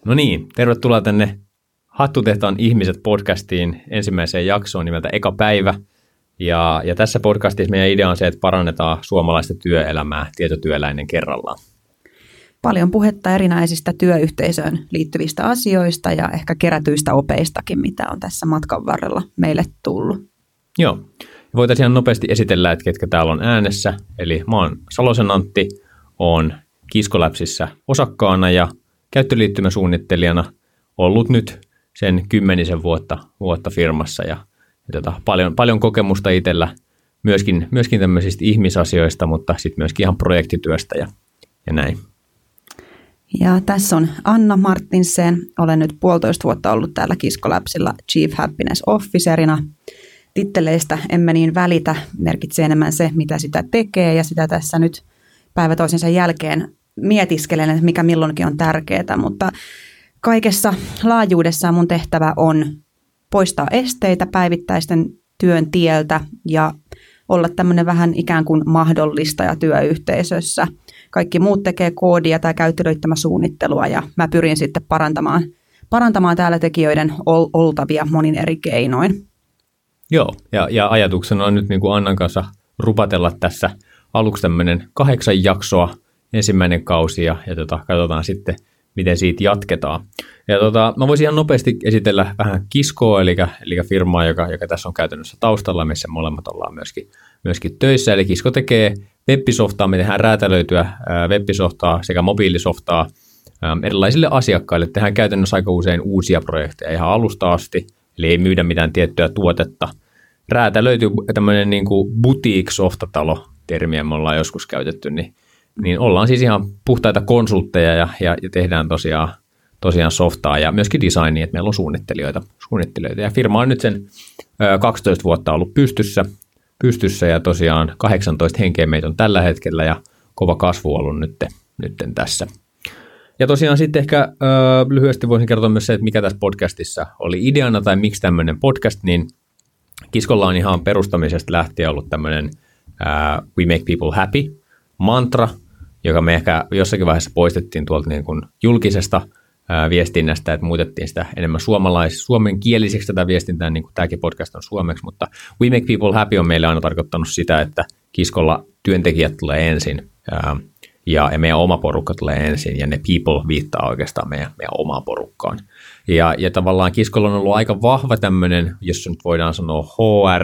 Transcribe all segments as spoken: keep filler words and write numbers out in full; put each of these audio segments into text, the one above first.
No niin, tervetuloa tänne Hattutehtaan ihmiset podcastiin ensimmäiseen jaksoon nimeltä Eka päivä. Ja, ja tässä podcastissa meidän idea on se, että parannetaan suomalaista työelämää tietotyöläinen kerrallaan. Paljon puhetta erinäisistä työyhteisöön liittyvistä asioista ja ehkä kerätyistä opeistakin, mitä on tässä matkan varrella meille tullut. Joo, voitaisiin ihan nopeasti esitellä, että ketkä täällä on äänessä. Eli mä oon Salosen Antti, oon Kiskolabsissa osakkaana ja käyttöliittymäsuunnittelijana ollut nyt sen kymmenisen vuotta, vuotta firmassa ja, ja tota, paljon, paljon kokemusta itsellä myöskin, myöskin tämmöisistä ihmisasioista, mutta sitten myöskin ihan projektityöstä ja, ja näin. Ja tässä on Anna Martinsen. Olen nyt puolitoista vuotta ollut täällä Kiskolabsilla Chief Happiness Officerina. Titteleistä emme niin välitä, merkitsee enemmän se, mitä sitä tekee ja sitä tässä nyt päivä toisensa jälkeen mietiskelen, että mikä milloinkin on tärkeää, mutta kaikessa laajuudessaan mun tehtävä on poistaa esteitä päivittäisten työn tieltä ja olla tämmöinen vähän ikään kuin mahdollistaja työyhteisössä. Kaikki muut tekee koodia tai käyttöliittymäsuunnittelua ja mä pyrin sitten parantamaan, parantamaan täällä tekijöiden ol, oltavia monin eri keinoin. Joo, ja, ja ajatuksena on nyt niin kuin Annan kanssa rupatella tässä aluksi tämmöinen kahdeksan jaksoa, ensimmäinen kausi ja, ja tota, katsotaan sitten, miten siitä jatketaan. Ja tota, mä voisin ihan nopeasti esitellä vähän Kiskoa, eli, eli firmaa, joka, joka tässä on käytännössä taustalla, missä molemmat ollaan myöskin, myöskin töissä. Eli Kisko tekee web-softaa, me tehdään räätälöityä web-softaa sekä mobiilisoftaa erilaisille asiakkaille. Tehdään käytännössä aika usein uusia projekteja ihan alusta asti, eli ei myydä mitään tiettyä tuotetta. Räätälöity tämmöinen niin kuin boutique-softatalo, termiä me ollaan joskus käytetty, niin niin ollaan siis ihan puhtaita konsultteja ja, ja, ja tehdään tosiaan, tosiaan softaa ja myöskin designia, että meillä on suunnittelijoita. suunnittelijoita. Ja firma on nyt sen ö, kaksitoista vuotta ollut pystyssä, pystyssä ja tosiaan kahdeksantoista henkeä meitä on tällä hetkellä ja kova kasvu on ollut nyt, nyt tässä. Ja tosiaan sitten ehkä ö, lyhyesti voisin kertoa myös se, että mikä tässä podcastissa oli ideana tai miksi tämmöinen podcast, niin Kiskolla on ihan perustamisesta lähtien ollut tämmöinen uh, We Make People Happy mantra, joka me ehkä jossakin vaiheessa poistettiin tuolta niin kuin julkisesta ää, viestinnästä, että muutettiin sitä enemmän suomalais- suomenkieliseksi tätä viestintää, niin kuin tämäkin podcast on suomeksi, mutta We Make People Happy on meille aina tarkoittanut sitä, että Kiskolla työntekijät tulee ensin ää, ja, ja meidän oma porukka tulee ensin ja ne people viittaa oikeastaan meidän, meidän omaan porukkaan. Ja, ja tavallaan Kiskolla on ollut aika vahva tämmöinen, jos nyt voidaan sanoa H R,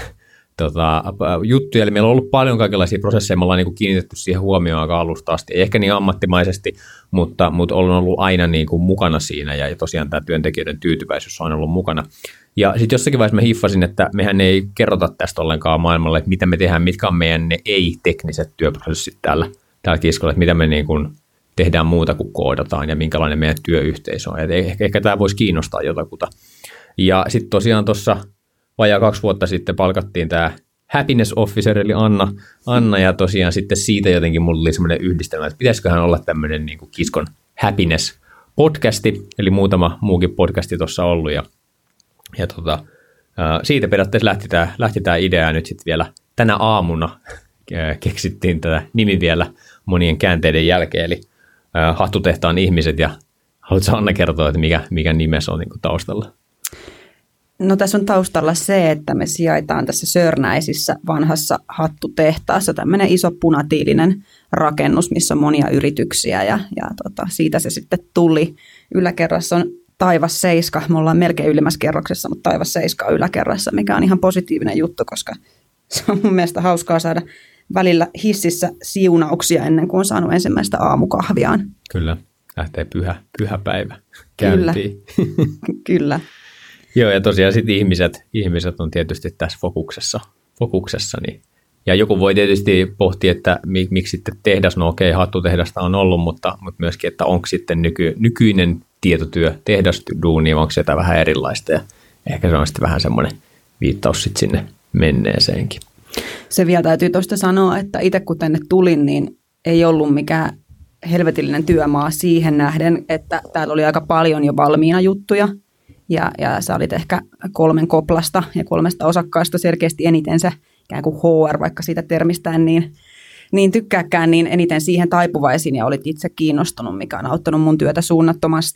Tota, juttuja, eli meillä on ollut paljon kaikenlaisia prosesseja, me ollaan niin kuin kiinnitetty siihen huomioon aika alusta asti, ei ehkä niin ammattimaisesti, mutta, mutta olen ollut aina niin kuin mukana siinä, ja tosiaan tämä työntekijöiden tyytyväisyys on ollut mukana. Ja sitten jossakin vaiheessa mä hiffasin, että mehän ei kerrota tästä ollenkaan maailmalle, että mitä me tehdään, mitkä on meidän ne ei-tekniset työprosessit täällä, täällä Kiskolla, että mitä me niin kuin tehdään muuta kuin koodataan, ja minkälainen meidän työyhteisö on, ja ehkä, ehkä tämä voisi kiinnostaa jotakuta. Ja sitten tosiaan tuossa vajaa kaksi vuotta sitten palkattiin tämä Happiness Officer, eli Anna, Anna, ja tosiaan sitten siitä jotenkin mulla oli semmoinen yhdistelmä, että pitäisiköhän olla tämmöinen niin kuin Kiskon Happiness-podcasti, eli muutama muukin podcasti tuossa ollut, ja, ja tota, siitä periaatteessa lähti tämä, lähti tämä idea, ja nyt sitten vielä tänä aamuna keksittiin tätä nimi vielä monien käänteiden jälkeen, eli Hattutehtaan ihmiset, ja haluatko Anna kertoa, että mikä, mikä nimessä on niin kuin taustalla? No tässä on taustalla se, että me sijaitaan tässä Sörnäisissä vanhassa hattutehtaassa tämmöinen iso punatiilinen rakennus, missä on monia yrityksiä ja, ja tota, siitä se sitten tuli. Yläkerrassa on Taivas Seiska, me ollaan melkein ylimmässä kerroksessa, mutta Taivas Seiska on yläkerrassa, mikä on ihan positiivinen juttu, koska se on mun mielestä hauskaa saada välillä hississä siunauksia ennen kuin on saanut ensimmäistä aamukahviaan. Kyllä, lähtee pyhä, pyhä päivä käyntiin. Kyllä, kyllä. Joo, ja tosiaan sitten ihmiset, ihmiset on tietysti tässä fokuksessa, fokuksessa niin. Ja joku voi tietysti pohtia, että miksi sitten tehdas, no okei, hattutehdasta on ollut, mutta, mutta myöskin, että onko sitten nyky, nykyinen tietotyö, tehdasduuni, onko se jotain vähän erilaista, ja ehkä se on sitten vähän semmoinen viittaus sitten sinne menneeseenkin. Se vielä täytyy tuosta sanoa, että itse kun tänne tulin, niin ei ollut mikään helvetillinen työmaa siihen nähden, että täällä oli aika paljon jo valmiina juttuja, ja, ja sä olit ehkä kolmen koplasta ja kolmesta osakkaasta selkeästi eniten se ikään kuin H R, vaikka siitä termistään niin, niin tykkääkään, niin eniten siihen taipuvaisin ja olit itse kiinnostunut, mikä on auttanut mun työtä suunnattomasti.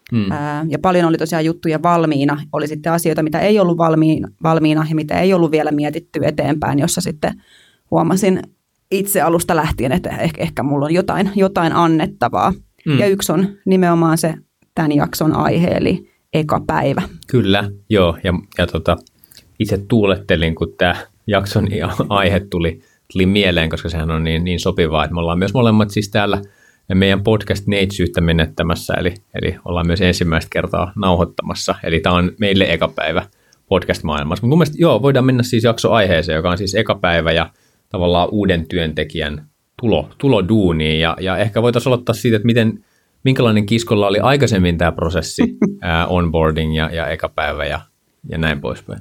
Hmm. Ja paljon oli tosiaan juttuja valmiina. Oli sitten asioita, mitä ei ollut valmiina, valmiina ja mitä ei ollut vielä mietitty eteenpäin, jossa sitten huomasin itse alusta lähtien, että ehkä, ehkä mulla on jotain, jotain annettavaa. Hmm. Ja yksi on nimenomaan se tämän jakson aihe, eli eka päivä. Kyllä, joo. Ja, ja tota, itse tuulettelin, kun tämä jakson aihe tuli, tuli mieleen, koska sehän on niin, niin sopivaa, että me ollaan myös molemmat siis täällä meidän podcast-neitsyyttä menettämässä, eli, eli ollaan myös ensimmäistä kertaa nauhoittamassa. Eli tämä on meille eka päivä podcast-maailmassa. Mutta mun mielestä joo, voidaan mennä siis jaksoaiheeseen, joka on siis eka päivä ja tavallaan uuden työntekijän tulo, tulo duuniin. Ja, ja ehkä voitaisiin aloittaa siitä, että miten, minkälainen Kiskolla oli aikaisemmin tämä prosessi, ää, onboarding ja, ja eka päivä ja, ja näin poispäin.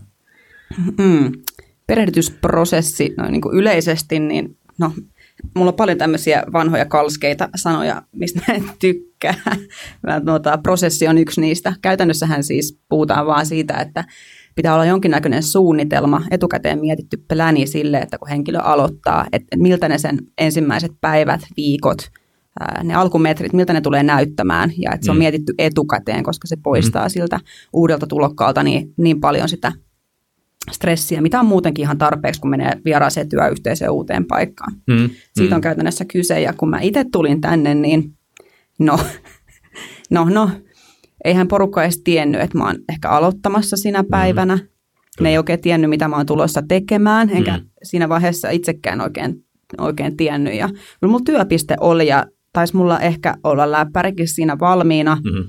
Mm. Perehdytysprosessi noin niin kuin yleisesti, niin no, mulla on paljon tämmöisiä vanhoja kalskeita sanoja, mistä mä en tykkää. Tuota, prosessi on yksi niistä. Käytännössähän siis puhutaan vaan siitä, että pitää olla jonkinnäköinen suunnitelma, etukäteen mietitty pläni sille, että kun henkilö aloittaa, että miltä ne sen ensimmäiset päivät, viikot, ne alkumetrit, miltä ne tulee näyttämään, ja että se on mm. mietitty etukäteen, koska se poistaa mm. siltä uudelta tulokkaalta niin, niin paljon sitä stressiä, mitä on muutenkin ihan tarpeeksi, kun menee vieraaseen työyhteisöön uuteen paikkaan. Mm, Siitä mm. on käytännössä kyse, ja kun mä itse tulin tänne, niin no, no, no, eihän porukka edes tiennyt, että mä oon ehkä aloittamassa sinä päivänä. Mm. Ne ei oikein tiennyt, mitä mä oon tulossa tekemään, enkä mm. siinä vaiheessa itsekään oikein, oikein tiennyt. Ja mulla työpiste oli, ja taisi mulla ehkä olla läppärikin siinä valmiina, mm.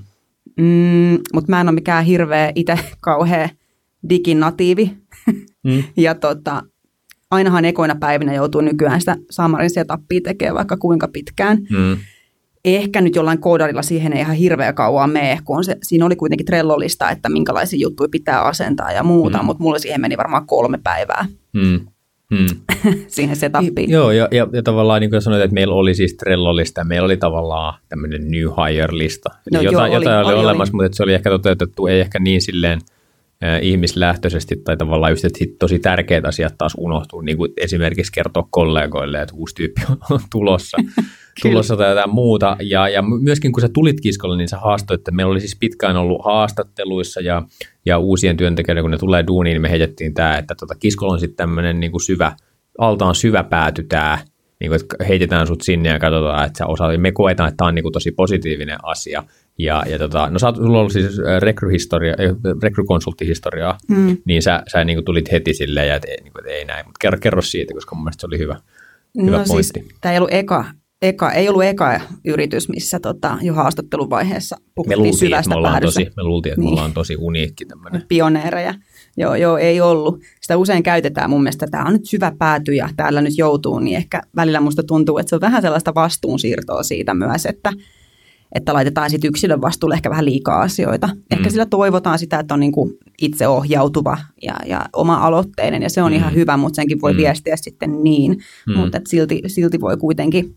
mm, mutta mä en ole mikään hirveä itse kauhea diginatiivi. Mm. Ja tota, ainahan ekoina päivinä joutuu nykyään sitä Xamarin setupia tekemään vaikka kuinka pitkään. Mm. Ehkä nyt jollain koodarilla siihen ei ihan hirveä kauan mene, kun se, siinä oli kuitenkin Trello-lista, että minkälaisia juttuja pitää asentaa ja muuta, mm. mutta mulla siihen meni varmaan kolme päivää mm. Mm. siihen setupiin. Joo, ja, ja, ja tavallaan niin kuin sanoit, että meillä oli siis Trello-lista ja meillä oli tavallaan tämmöinen new hire-lista. No, jotain joo, jotain oli, oli, oli olemassa, oli. Mutta se oli ehkä toteutettu, ei ehkä niin silleen ihmislähtöisesti tai tavallaan just, että tosi tärkeät asiat taas unohtuu, niin kuin esimerkiksi kertoa kollegoille, että uusi tyyppi on tulossa, tulossa tai jotain muuta. Ja, ja myöskin kun sä tulit Kiskolle, niin sä haastoit, että meillä oli siis pitkään ollut haastatteluissa ja, ja uusien työntekijöiden, kun ne tulee duuniin, niin me heitettiin tämä, että tota, Kiskolla on sitten tämmöinen niin kuin syvä, altaan syvä pääty tämä, niin kuin, että heitetään sut sinne ja katsotaan, että sä osaat, me koetaan, että tämä on niin kuin tosi positiivinen asia. Ja, ja tota, no sä oot, sulla on ollut siis rekryhistoria, rekrykonsulttihistoriaa, mm. niin sä, sä niin kuin tulit heti silleen, että ei, niin kuin, että ei näin, mutta kerro, kerro siitä, koska mun mielestä se oli hyvä, hyvä no pointti. Siis, tämä ei ollut eka, eka, ei ollut eka yritys, missä tota, jo haastatteluvaiheessa puhuttiin syvästä me päädystä. Tosi, me luultiin, että niin. me ollaan tosi uniikki tämmöinen. Pioneereja. Joo, joo, ei ollut. Sitä usein käytetään mun mielestä, että tämä on nyt syvä pääty ja täällä nyt joutuu, niin ehkä välillä musta tuntuu, että se on vähän sellaista vastuunsiirtoa siitä myös, että että laitetaan sitten yksilön vastuulle ehkä vähän liikaa asioita. Ehkä mm. sillä toivotaan sitä, että on niinku itseohjautuva ja, ja oma-aloitteinen, ja se on mm. ihan hyvä, mutta senkin voi mm. viestiä sitten niin. Mm. Mutta silti, silti voi kuitenkin,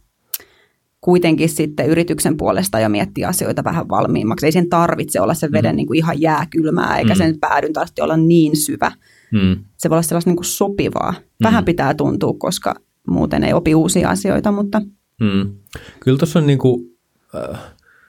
kuitenkin sitten yrityksen puolesta jo miettiä asioita vähän valmiimmaksi. Ei sen tarvitse olla sen veden mm. niinku ihan jääkylmää, eikä mm. sen päädyn tarvitse olla niin syvä. Mm. Se voi olla sellaista niinku sopivaa. Vähän mm. pitää tuntua, koska muuten ei opi uusia asioita, mutta... Mm. Kyllä tuossa on niinku... Äh...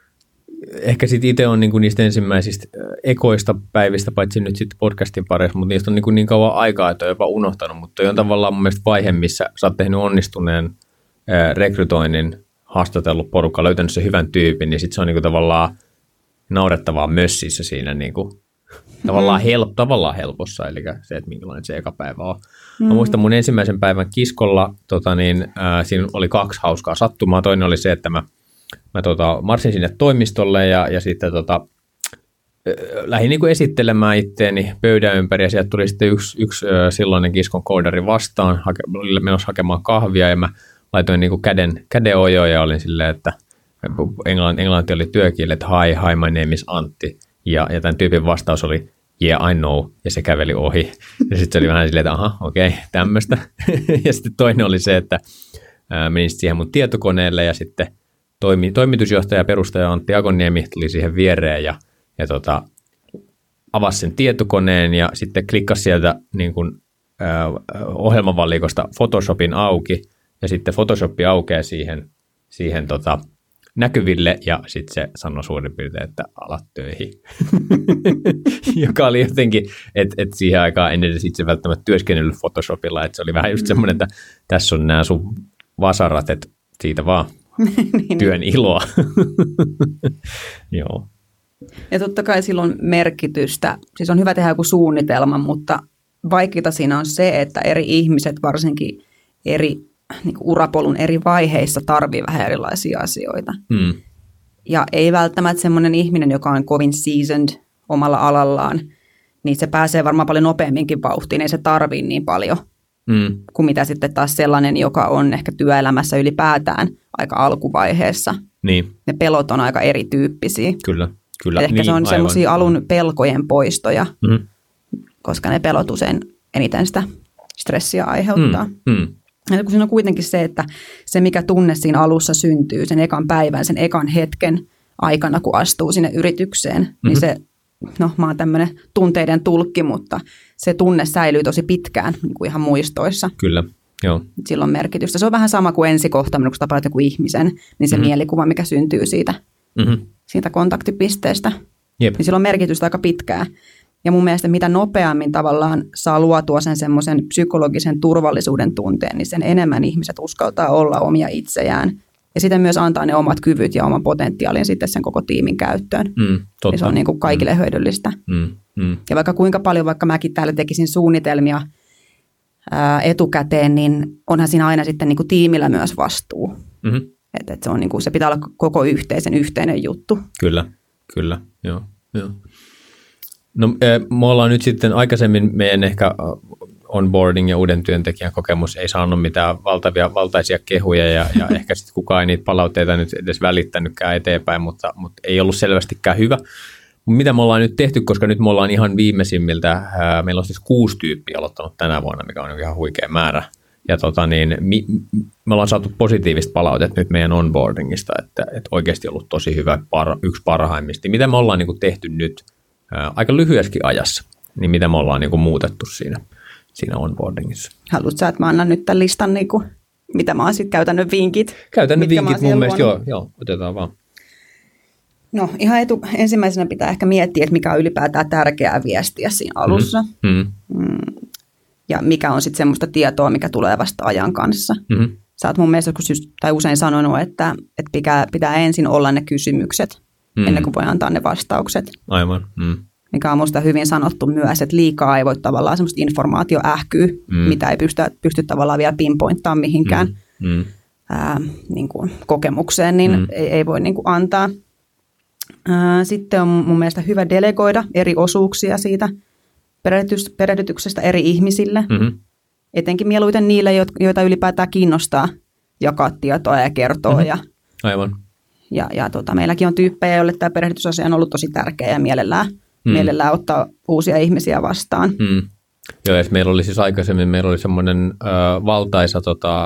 Ehkä sitten itse on niinku niistä ensimmäisistä ekoista päivistä, paitsi nyt sitten podcastin parissa, mutta niistä on niinku niin kauan aikaa, että on jopa unohtanut, mutta on tavallaan mun mielestä vaihe, missä sä oot tehnyt onnistuneen ää, rekrytoinnin, haastatellut porukka, löytänyt sen hyvän tyypin, niin sitten se on niinku tavallaan naurettavaa mössissä siinä niinku, tavallaan, help, tavallaan helpossa, eli se, että minkälainen se eka päivä on. Mm. Mä muistan mun ensimmäisen päivän Kiskolla, tota niin, ää, siinä oli kaksi hauskaa sattumaa. Toinen oli se, että mä Mä tota, marssin sinne toimistolle ja, ja sitten tota, lähdin niin kuin esittelemään itteeni pöydän ympäri ja sieltä tuli sitten yksi, yksi silloinen Kiskon koodari vastaan, hake, menossa hakemaan kahvia ja mä laitoin niin kuin käden, käden ojoon ja olin silleen, että englanti, englanti oli työkieli, että hi, hi, my name is Antti ja, ja tämän tyypin vastaus oli yeah, I know, ja se käveli ohi. Ja sitten se oli vähän silleen, että aha, okei, okay, tämmöistä. Ja sitten toinen oli se, että ää, menin siihen mun tietokoneelle ja sitten Toimi, toimitusjohtaja ja perustaja Antti Akoniemi tuli siihen viereen ja, ja tota, avasi sen tietokoneen ja sitten klikkasi sieltä niin kuin, äh, ohjelmavalikosta Photoshopin auki ja sitten Photoshop aukeaa siihen, siihen tota, näkyville ja sitten se sanoi suurin piirtein, että alat töihin. Joka oli jotenkin, että et siihen aikaan en edes itse välttämättä työskennellyt Photoshopilla, että se oli vähän just semmoinen, että tässä on nämä sun vasarat, että siitä vaan työn iloa. Joo. Ja totta kai sillä on merkitystä. Siis on hyvä tehdä joku suunnitelma, mutta vaikeaa siinä on se, että eri ihmiset varsinkin eri niin kuin urapolun eri vaiheissa tarvii vähän erilaisia asioita. Mm. Ja ei välttämättä semmoinen ihminen, joka on kovin seasoned omalla alallaan, niin se pääsee varmaan paljon nopeamminkin vauhtiin, ei se tarvii niin paljon mm. kuin mitä sitten taas sellainen, joka on ehkä työelämässä ylipäätään aika alkuvaiheessa. Niin. Ne pelot on aika erityyppisiä. Kyllä, kyllä. Ehkä niin, se on semmoisia alun pelkojen poistoja, mm. koska ne pelot usein eniten sitä stressiä aiheuttaa. Mm. Mm. Ja kun siinä on kuitenkin se, että se mikä tunne siinä alussa syntyy sen ekan päivän, sen ekan hetken aikana, kun astuu sinne yritykseen, mm-hmm. niin se, no mä oon tämmöinen tunteiden tulkki, mutta se tunne säilyy tosi pitkään niin kuin ihan muistoissa. Kyllä, joo. Sillä on merkitystä. Se on vähän sama kuin ensikohtaaminen, kun sä tapaat joku ihmisen, niin se mm-hmm. mielikuva, mikä syntyy siitä, mm-hmm. siitä kontaktipisteestä, Jep. niin sillä on merkitystä aika pitkään. Ja mun mielestä mitä nopeammin tavallaan saa luotua sen semmoisen psykologisen turvallisuuden tunteen, niin sen enemmän ihmiset uskaltaa olla omia itseään. Ja sitten myös antaa ne omat kyvyt ja oman potentiaalin sitten sen koko tiimin käyttöön. Mm, ja se on niin kuin kaikille mm. hyödyllistä. Mm, mm. Ja vaikka kuinka paljon, vaikka mäkin täällä tekisin suunnitelmia ää, etukäteen, niin onhan siinä aina sitten niin kuin tiimillä myös vastuu. Mm-hmm. Että et se, on niin kuin, se pitää olla koko yhteisen yhteinen juttu. Kyllä, kyllä, joo, joo. No me ollaan nyt sitten aikaisemmin meidän ehkä onboarding ja uuden työntekijän kokemus ei saanut mitään valtavia, valtaisia kehuja ja, ja ehkä sitten kukaan ei niitä palautteita nyt edes välittänytkään eteenpäin, mutta, mutta ei ollut selvästikään hyvä. Mitä me ollaan nyt tehty, koska nyt me ollaan ihan viimeisimmiltä, ää, meillä on siis kuusi tyyppiä aloittanut tänä vuonna, mikä on ihan huikea määrä. Ja tota niin, mi, me ollaan saatu positiivista palautetta nyt meidän onboardingista, että, että oikeasti ollut tosi hyvä, par, yksi parhaimmista. Mitä me ollaan niin kuin tehty nyt ää, aika lyhyessäkin ajassa, niin mitä me ollaan niin kuin muutettu siinä, siinä onboardingissa. Haluatko sä, että mä annan nyt tämän listan, niin kuin, mitä mä oon sitten käytännön vinkit? Käytännön vinkit mun mielestä, joo, joo, otetaan vaan. No ihan etu, ensimmäisenä pitää ehkä miettiä, että mikä on ylipäätään tärkeää viestiä siinä alussa. Mm-hmm. Mm. Ja mikä on sitten semmoista tietoa, mikä tulee vasta ajan kanssa. Mm-hmm. Sä oot mun mielestä just, tai usein sanonut, että, että pitää, pitää ensin olla ne kysymykset, mm-hmm. ennen kuin voi antaa ne vastaukset. Aivan. Mm. Mikä on musta hyvin sanottu myös, että liikaa ei voi tavallaan semmoista informaatioähkyä, mm. mitä ei pysty, pysty tavallaan vielä pinpointtamaan mihinkään mm. Mm. Ää, niin kuin kokemukseen, niin mm. ei, ei voi niin kuin antaa. Sitten on mun mielestä hyvä delegoida eri osuuksia siitä perehdytyksestä eri ihmisille. Mm-hmm. Etenkin mieluiten niille, joita ylipäätään kiinnostaa jakaa tietoa ja kertoa. Mm-hmm. Ja, Aivan. Ja, ja tota, meilläkin on tyyppejä, joille tämä perehdytysasia on ollut tosi tärkeä ja mielellään, mm. mielellään ottaa uusia ihmisiä vastaan. Mm. Joo, ja meillä oli siis aikaisemmin meillä oli semmoinen äh, valtaisa tota,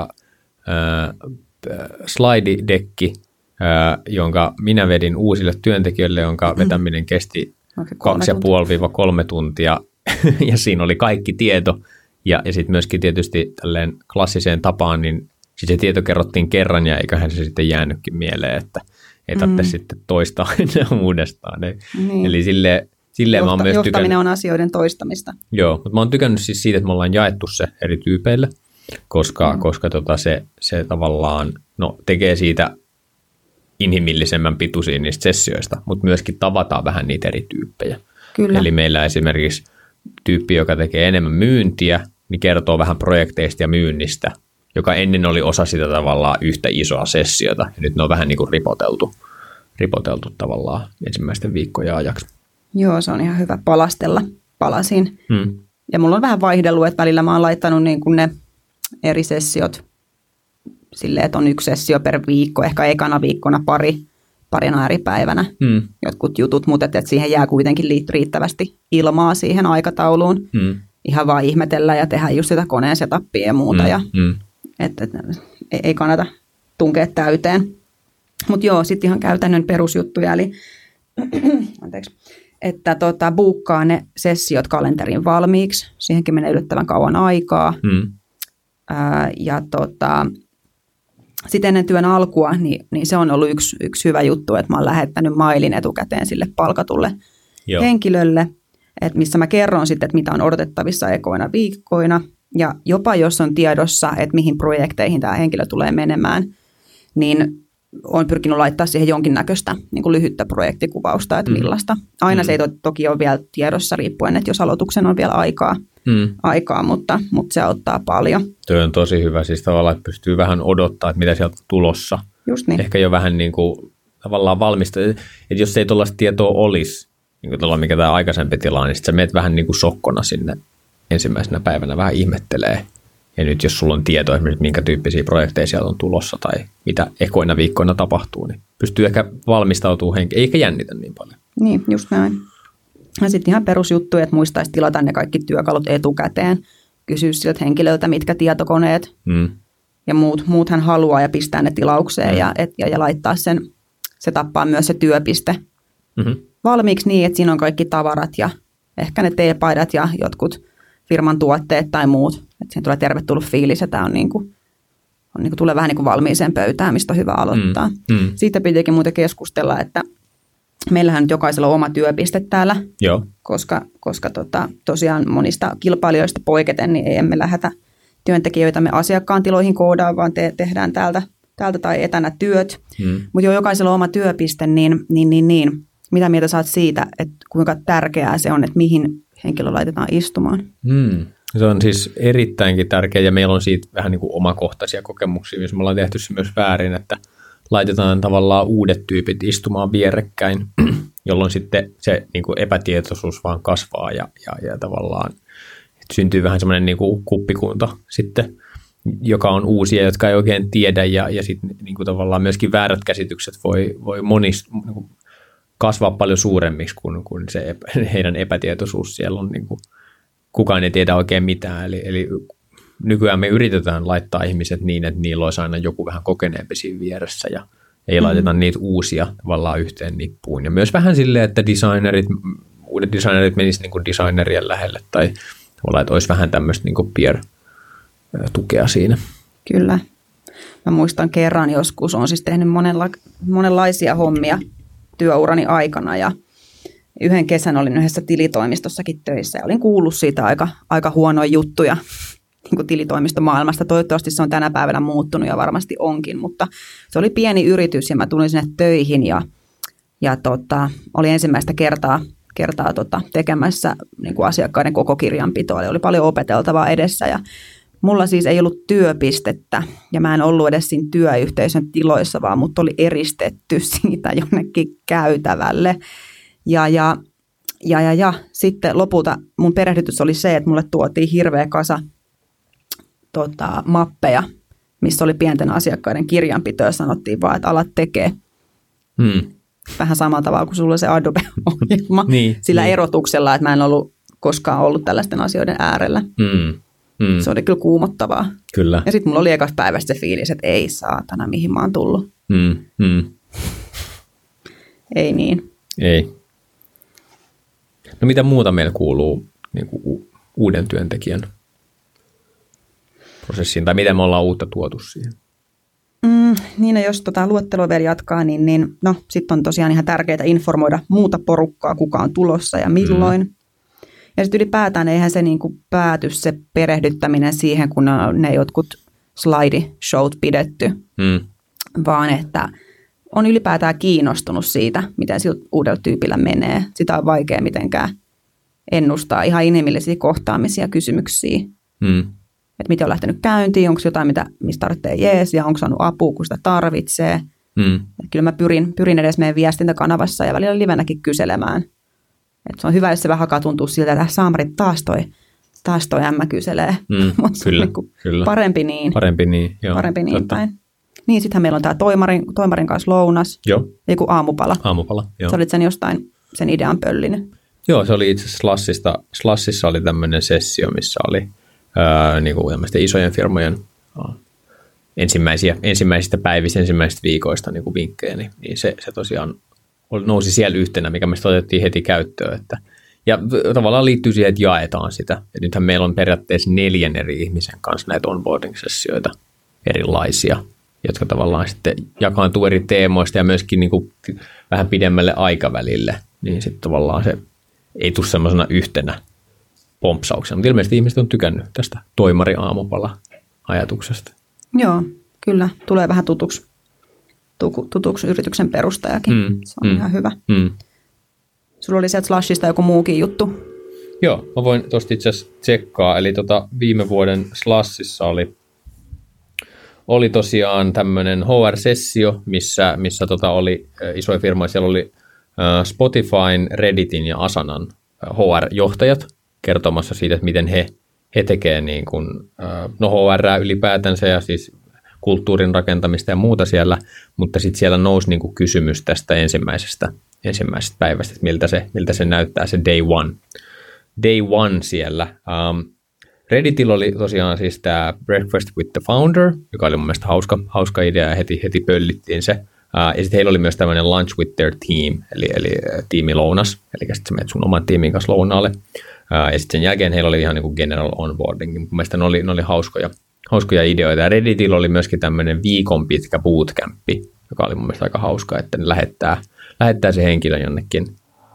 äh, slide-dekki, Äh, jonka minä vedin uusille työntekijöille, jonka vetäminen kesti okay, kaksi ja puoli kolme tuntia, ja siinä oli kaikki tieto, ja, ja sitten myöskin tietysti tälleen klassiseen tapaan, niin sit se tieto kerrottiin kerran, ja eiköhän se sitten jäänytkin mieleen, että ei tarvitse mm. sitten toistaa enää uudestaan. Niin. Eli sille, silleen Johta, mä oon myös johtaminen tykännyt, on asioiden toistamista. Joo, mutta mä oon tykännyt siis siitä, että me ollaan jaettu se eri tyypeille, koska, mm. koska tota se, se tavallaan no, tekee siitä inhimillisemmän pituisia niistä sessioista, mutta myöskin tavataan vähän niitä eri tyyppejä. Kyllä. Eli meillä esimerkiksi tyyppi, joka tekee enemmän myyntiä, niin kertoo vähän projekteista ja myynnistä, joka ennen oli osa sitä tavallaan yhtä isoa sessiota, ja nyt ne on vähän niin kuin ripoteltu, ripoteltu tavallaan ensimmäisten viikkojen ajaksi. Joo, se on ihan hyvä palastella palasin. Hmm. Ja mulla on vähän vaihdellut, että välillä mä oon laittanut niin kuin ne eri sessiot silleen, että on yksi sessio per viikko, ehkä ekana viikkona pari, parina eri päivänä mm. jotkut jutut, mutta että siihen jää kuitenkin riittävästi ilmaa siihen aikatauluun. Mm. Ihan vaan ihmetellä ja tehdä just sitä koneen setupia ja muuta. Mm. Ja, mm. että, että ei kannata tunkea täyteen. Mutta joo, sitten ihan käytännön perusjuttuja, eli anteeksi, että tota, buukkaa ne sessiot kalenteriin valmiiksi. Siihenkin menee yllättävän kauan aikaa. Mm. Ää, ja tota... sitten ennen työn alkua, niin, niin se on ollut yksi, yksi hyvä juttu, että mä oon lähettänyt mailin etukäteen sille palkatulle Joo. henkilölle, että missä mä kerron sitten, että mitä on odotettavissa ekoina viikkoina. Ja jopa jos on tiedossa, että mihin projekteihin tämä henkilö tulee menemään, niin olen pyrkinyt laittaa siihen jonkinnäköistä niin kuin lyhyttä projektikuvausta, että millaista. Aina mm. se ei to, toki ole vielä tiedossa riippuen, että jos aloituksen on vielä aikaa, mm. aikaa mutta, mutta se auttaa paljon. Tuo on tosi hyvä, siis tavallaan, että pystyy vähän odottaa, että mitä sieltä on tulossa. Just niin. Ehkä jo vähän niin kuin tavallaan valmista, että jos ei tuollaista tietoa olisi, niin kuin tuolla mikä tämä aikaisempi tila on, niin sitten sä menet vähän niin kuin sokkona sinne ensimmäisenä päivänä vähän ihmettelee. Ja nyt jos sulla on tietoa esimerkiksi, minkä tyyppisiä projekteja siellä on tulossa tai mitä ekoina viikkoina tapahtuu, niin pystyy ehkä valmistautumaan henki, eikä jännitä niin paljon. Niin, just näin. Ja sitten ihan perusjuttu, että muistaisi tilata ne kaikki työkalut etukäteen, kysyä siltä henkilöltä, mitkä tietokoneet mm. ja muut, muut hän haluaa ja pistää ne tilaukseen mm. ja, et, ja, ja laittaa sen, se tappaa myös se työpiste mm-hmm. valmiiksi niin, että siinä on kaikki tavarat ja ehkä ne teepaidat ja jotkut firman tuotteet tai muut. Että siihen tulee tervetullut fiilis ja tämä on niin kuin, on niin kuin, tulee vähän niin kuin valmiiseen pöytään, mistä on hyvä aloittaa. Mm, mm. Siitä pitikin muuten keskustella, että meillähän nyt jokaisella on oma työpiste täällä, Joo. koska, koska tota, tosiaan monista kilpailijoista poiketen, niin ei emme lähetä työntekijöitämme asiakkaan tiloihin koodaan, vaan te, tehdään täältä, täältä tai etänä työt. Mm. Mutta jo jokaisella on oma työpiste, niin, niin, niin, niin mitä mieltä saat siitä, että kuinka tärkeää se on, että mihin henkilö laitetaan istumaan? Mm. Se on siis erittäinkin tärkeä ja meillä on siitä vähän niin kuin omakohtaisia kokemuksia, missä me ollaan tehty se myös väärin, että laitetaan tavallaan uudet tyypit istumaan vierekkäin, jolloin sitten se niin kuin epätietoisuus vaan kasvaa ja, ja, ja tavallaan syntyy vähän semmoinen niin kuin kuppikunta sitten, joka on uusia, jotka ei oikein tiedä ja, ja sitten niin kuin tavallaan myöskin väärät käsitykset voi, voi monista niin kuin kasvaa paljon suuremmiksi kuin, kuin se epä, heidän epätietoisuus siellä on niin kuin, kukaan ei tiedä oikein mitään, eli, eli nykyään me yritetään laittaa ihmiset niin, että niillä olisi aina joku vähän kokeneempi siinä vieressä ja ei mm-hmm. laiteta niitä uusia tavallaan yhteen nippuun. Ja myös vähän silleen, että designerit, uudet designerit menisivät niin kuin designerien lähelle tai tavallaan, että olisi vähän tämmöistä niin kuin peer-tukea siinä. Kyllä. Mä muistan kerran joskus, olen siis tehnyt monenla, monenlaisia hommia työurani aikana ja yhden kesän olin yhdessä tilitoimistossakin töissä ja olin kuullut siitä aika, aika huonoja juttuja niin kuin tilitoimistomaailmasta. Toivottavasti se on tänä päivänä muuttunut ja varmasti onkin, mutta se oli pieni yritys ja mä tulin sinne töihin ja, ja tota, olin ensimmäistä kertaa, kertaa tota, tekemässä niin kuin asiakkaiden koko kirjanpitoa. Eli oli paljon opeteltavaa edessä ja mulla siis ei ollut työpistettä ja mä en ollut edes siinä työyhteisön tiloissa, vaan mut oli eristetty siitä jonnekin käytävälle. Ja, ja, ja, ja, ja sitten lopulta mun perehdytys oli se, että mulle tuotiin hirveä kasa tota, mappeja, missä oli pienten asiakkaiden kirjanpitoa ja sanottiin vaan, että alat tekee. Hmm. Vähän samalla tavalla kuin sulla on se Adobe-ohjelma, niin, sillä niin. erotuksella, että mä en ollut koskaan ollut tällaisten asioiden äärellä. Hmm. Hmm. Se oli kyllä kuumottavaa. Kyllä. Ja sitten mulla oli ekas päivästä se fiilis, että ei saatana, mihin mä oon tullut. Hmm. Hmm. Ei niin. Ei. No mitä muuta meillä kuuluu niin kuin u- uuden työntekijän prosessiin, tai miten me ollaan uutta tuotu siihen? Mm, niin, jos tota luettelua vielä jatkaa, niin, niin no, sitten on tosiaan ihan tärkeää informoida muuta porukkaa, kuka on tulossa ja milloin. Mm. Ja sitten ylipäätään eihän se niin kuin pääty se perehdyttäminen siihen, kun on ne jotkut slide-showt pidetty, mm. vaan että on ylipäätään kiinnostunut siitä, miten sillä uudella tyypillä menee. Sitä on vaikea mitenkään ennustaa ihan inhimillisiä kohtaamisia kysymyksiä. Mm. Että miten on lähtenyt käyntiin, onko jotain, mitä, mistä tarvitsee jees ja onko saanut apua, kun sitä tarvitsee. Mm. Kyllä mä pyrin, pyrin edes meidän viestintäkanavassa ja välillä livenäkin kyselemään. Et se on hyvä, jos se vähän tuntuu siltä, että Saamarit taas toi, taas toi ämmä kyselee. Mm, kyllä, niin kyllä. Parempi niin. Parempi niin, joo. Parempi niin päin. Niin, sittenhän meillä on tämä toimarin, toimarin kanssa lounas. Joo. Joku aamupala. Aamupala, joo. Sä olit sen jostain, sen idean pöllinyt. Joo, se oli itse asiassa Slashista. Slashissa oli tämmöinen sessio, missä oli ää, niin kuin isojen firmojen aa, ensimmäisiä, ensimmäisistä päivistä, ensimmäisistä viikoista niin kuin vinkkejä. Niin, niin se, se tosiaan nousi siellä yhtenä, mikä me otettiin heti käyttöön. Että, ja tavallaan liittyy siihen, että jaetaan sitä. Ja nythän meillä on periaatteessa neljän eri ihmisen kanssa näitä onboarding-sessioita erilaisia. jotka tavallaan sitten jakaantuu eri teemoista ja myöskin niin kuin vähän pidemmälle aikavälille, niin sitten tavallaan se ei tule semmoisena yhtenä pompsauksena. Mutta ilmeisesti ihmiset on tykännyt tästä toimari-aamupala-ajatuksesta. Joo, kyllä. Tulee vähän tutuksi, tutuksi yrityksen perustajakin. Mm, se on mm, ihan hyvä. Mm. Sulla oli sieltä Slashista joku muukin juttu. Joo, mä voin tuosta itse asiassa tsekkaa. Eli tota, viime vuoden Slashissa oli, oli tosiaan tämmöinen H R-sessio, missä, missä tota oli äh, isoja firmoja. Siellä oli äh, Spotifyn, Redditin ja Asanan äh, H R-johtajat kertomassa siitä, että miten he, he tekevät niin kuin, äh, no H R ylipäätänsä ja siis kulttuurin rakentamista ja muuta siellä, mutta sitten siellä nousi niin kuin kysymys tästä ensimmäisestä, ensimmäisestä päivästä, että miltä se, miltä se näyttää se day one. Day one siellä. Um, Redditillä oli tosiaan siis tämä Breakfast with the Founder, joka oli mun mielestä hauska, hauska idea ja heti, heti pöllittiin se. Uh, ja sitten heillä oli myös tämmöinen Lunch with their team, eli, eli tiimilounas, eli sitten sä menet sun oman tiimin kanssa lounaalle. Uh, ja sitten sen jälkeen heillä oli ihan niin kuin general onboarding. Mun mielestä ne oli, ne oli hauskoja, hauskoja ideoita. Ja Redditillä oli myöskin tämmöinen viikon pitkä bootcampi, joka oli mun mielestä aika hauska, että ne lähettää, lähettää se henkilö jonnekin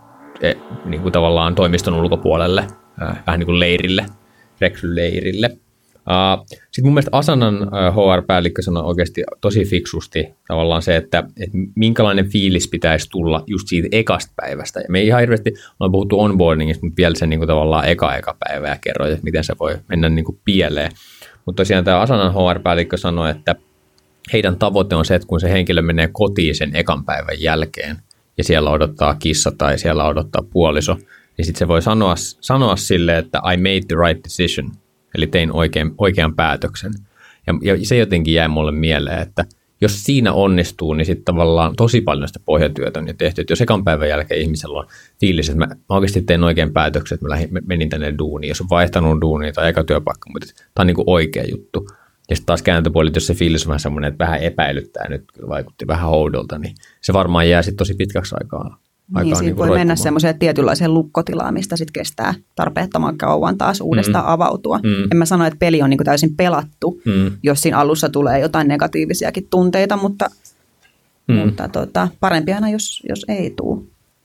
e, niin kuin tavallaan toimiston ulkopuolelle, uh, vähän niin kuin leirille, rekryleirille. Uh, Sitten mun mielestä Asanan uh, H R-päällikkö sanoi oikeasti tosi fiksusti tavallaan se, että, että minkälainen fiilis pitäisi tulla just siitä ekasta päivästä. Ja me ei ihan hirveästi, ollaan puhuttu onboardingista, mutta vielä sen niin kuin tavallaan eka-eka päivä ja kerroin, että miten se voi mennä niin kuin pieleen. Mutta tosiaan tämä Asanan H R-päällikkö sanoi, että heidän tavoite on se, että kun se henkilö menee kotiin sen ekan päivän jälkeen ja siellä odottaa kissa tai siellä odottaa puoliso, niin sitten se voi sanoa, sanoa sille, että I made the right decision. Eli tein oikein, oikean päätöksen. Ja, ja se jotenkin jäi mulle mieleen, että jos siinä onnistuu, niin sitten tavallaan tosi paljon sitä pohjatyötä on jo tehty. Että jos ekan päivän jälkeen ihmisellä on fiilis, että mä, mä oikeasti tein oikean päätöksen, että mä lähdin, menin tänne duuniin. Jos on vaihtanut duunia tai eka työpaikka, mutta tämä on niin kuin oikea juttu. Ja sitten taas kääntöpuolit, jos se fiilis on vähän semmoinen, että vähän epäilyttää nyt, kyllä vaikutti vähän houdolta, niin se varmaan jää sitten tosi pitkäksi aikaa. Niin, siinä niin voi mennä semmoiseen tietynlaiseen lukkotilaan, mistä sitten kestää tarpeettoman kauan taas uudestaan mm. avautua. Mm. En mä sano, että peli on niin kuin täysin pelattu, mm. jos siinä alussa tulee jotain negatiivisiakin tunteita, mutta, mm. mutta tota, parempi aina, jos, jos ei tule.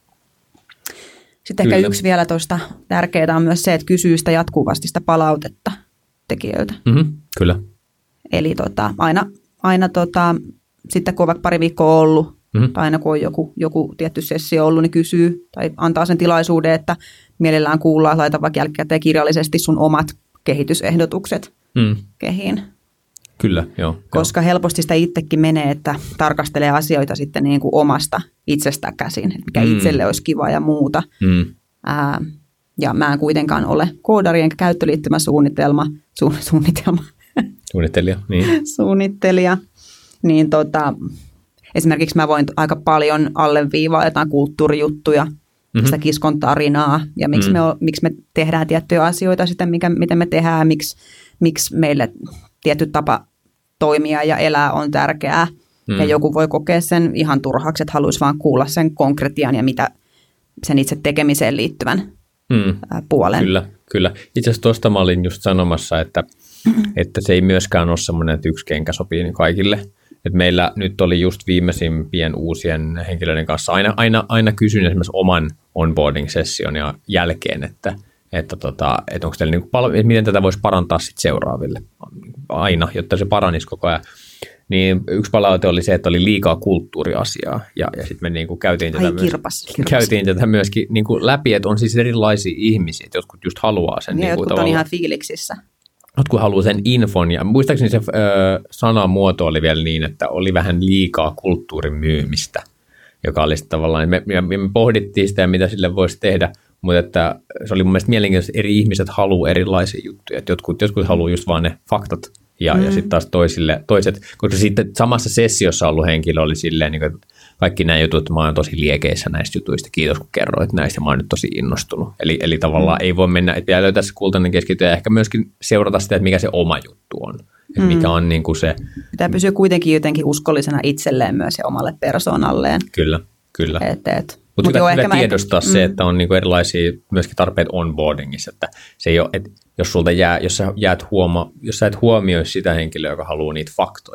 Sitten Kyllä. ehkä yksi vielä tuosta tärkeää on myös se, että kysyy sitä jatkuvasti sitä palautetta tekijöiltä. Mm-hmm. Kyllä. Eli tota, aina, aina tota, sitten kun on vaikka pari viikkoa ollut, Mm-hmm. tai aina kun on joku, joku tietty sessio ollut, niin kysyy tai antaa sen tilaisuuden, että mielellään kuullaan, laita vaikka jälkikäteen kirjallisesti sun omat kehitysehdotukset mm. kehiin. Kyllä, joo. Koska joo. helposti sitä itsekin menee, että tarkastelee asioita sitten niin kuin omasta itsestä käsin, mikä mm. itselle olisi kiva ja muuta. Mm. Ää, ja mä en kuitenkaan ole koodari enkä käyttöliittymäsuunnitelma, su, suunnitelma. Suunnittelija, niin. Suunnittelija, niin tota... Esimerkiksi mä voin aika paljon alleviivaa jotain kulttuurijuttuja, mm-hmm. sitä kiskon tarinaa ja miksi, mm. me, miksi me tehdään tiettyjä asioita, sitten mikä, miten me tehdään, miksi, miksi meille tietty tapa toimia ja elää on tärkeää. Mm. Ja joku voi kokea sen ihan turhaksi, että haluaisi vaan kuulla sen konkretian ja mitä sen itse tekemiseen liittyvän mm. puolen. Kyllä, kyllä. Itse asiassa tuosta mä olin just sanomassa, että, mm-hmm. että se ei myöskään ole semmoinen, että yksi kenkä sopii niin kaikille. Et meillä nyt oli just viimeisimpien uusien henkilöiden kanssa aina, aina, aina kysyn esimerkiksi oman onboarding-session ja jälkeen, että, että, tota, että, onko teillä niinku pal- että miten tätä voisi parantaa sit seuraaville aina, jotta se paranisi koko ajan. Niin yksi palaute oli se, että oli liikaa kulttuuriasiaa ja, ja sitten me niinku käytiin, tätä Ai, myös, kirpas, kirpas. käytiin tätä myöskin niinku läpi, että on siis erilaisia ihmisiä, että jotkut just haluaa sen. Ja niinku jotkut on ihan fiiliksissä. Jotkut haluaa sen infon, ja muistaakseni se ö, sanamuoto oli vielä niin, että oli vähän liikaa kulttuurin myymistä, joka oli tavallaan, me, me, me pohdittiin sitä, mitä sille voisi tehdä, mutta että se oli mun mielestä mielenkiintoista, että eri ihmiset haluaa erilaisia juttuja, että jotkut, jotkut haluaa just vaan ne faktat, ja, mm. ja sitten taas toisille, toiset, koska sitten samassa sessiossa ollut henkilö oli silleen, niin kuin, kaikki nämä jutut, mä oon tosi liekeissä näistä jutuista, kiitos kun kerroit näistä, mä oon nyt tosi innostunut. Eli, eli tavallaan mm. ei voi mennä, että pitää löytää se kultainen keskittyä ja ehkä myöskin seurata sitä, että mikä se oma juttu on. Että mm. mikä on niin kuin se... Pitää pysyä kuitenkin jotenkin uskollisena itselleen myös ja omalle persoonalleen. Kyllä, kyllä. Et, et. Mutta Mut hyvä, hyvä tiedostaa ehkä, se, että on niin kuin erilaisia myöskin tarpeet onboardingissa, että se ei ole, että jos sulta jää, jos sä, jäät huoma, jos sä et huomioi sitä henkilöä, joka haluaa niitä faktoja,